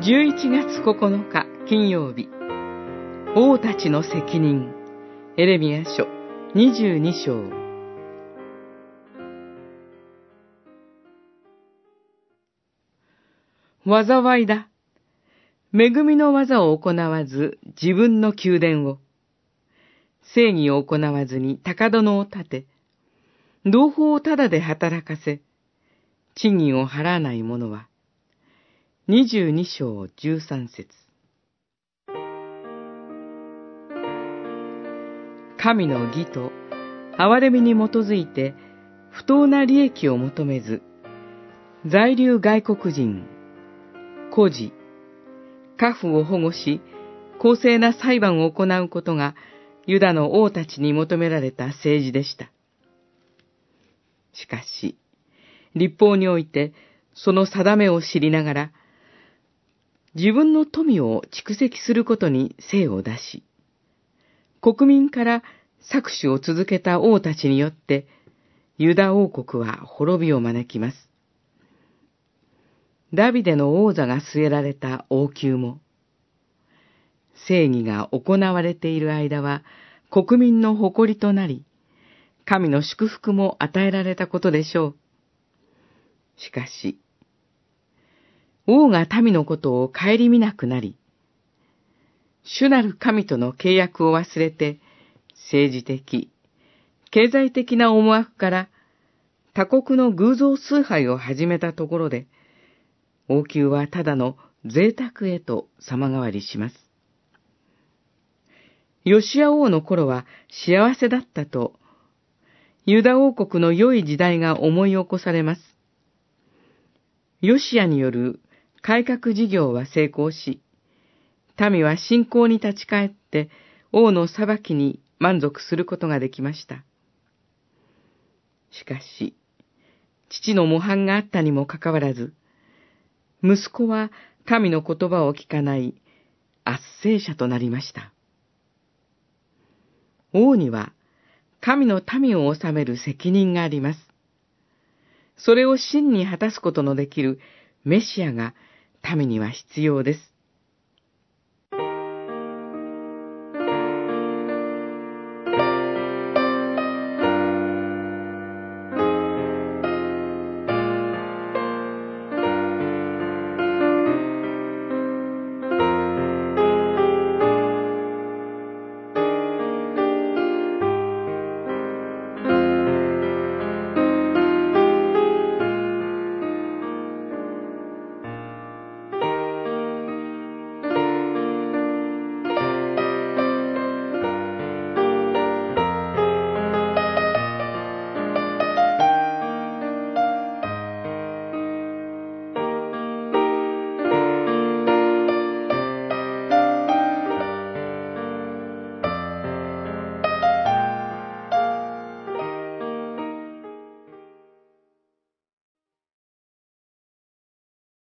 11月9日金曜日、王たちの責任、エレミヤ書22章。災いだ。恵みの技を行わず自分の宮殿を、正義を行わずに高殿を建て、同胞をただで働かせ、賃金を払わない者は、22章13節。神の義と憐れみに基づいて不当な利益を求めず、在留外国人、孤児、家父を保護し、公正な裁判を行うことがユダの王たちに求められた政治でした。しかし、律法においてその定めを知りながら、自分の富を蓄積することに精を出し、国民から搾取を続けた王たちによって、ユダ王国は滅びを招きます。ダビデの王座が据えられた王宮も、正義が行われている間は国民の誇りとなり、神の祝福も与えられたことでしょう。しかし、王が民のことを顧みなくなり、主なる神との契約を忘れて、政治的、経済的な思惑から他国の偶像崇拝を始めたところで、王宮はただの贅沢へと様変わりします。ヨシア王の頃は幸せだったと、ユダ王国の良い時代が思い起こされます。ヨシアによる改革事業は成功し、民は信仰に立ち返って王の裁きに満足することができました。しかし、父の模範があったにもかかわらず、息子は神の言葉を聞かない圧政者となりました。王には神の民を治める責任があります。それを真に果たすことのできるメシアが民には必要です。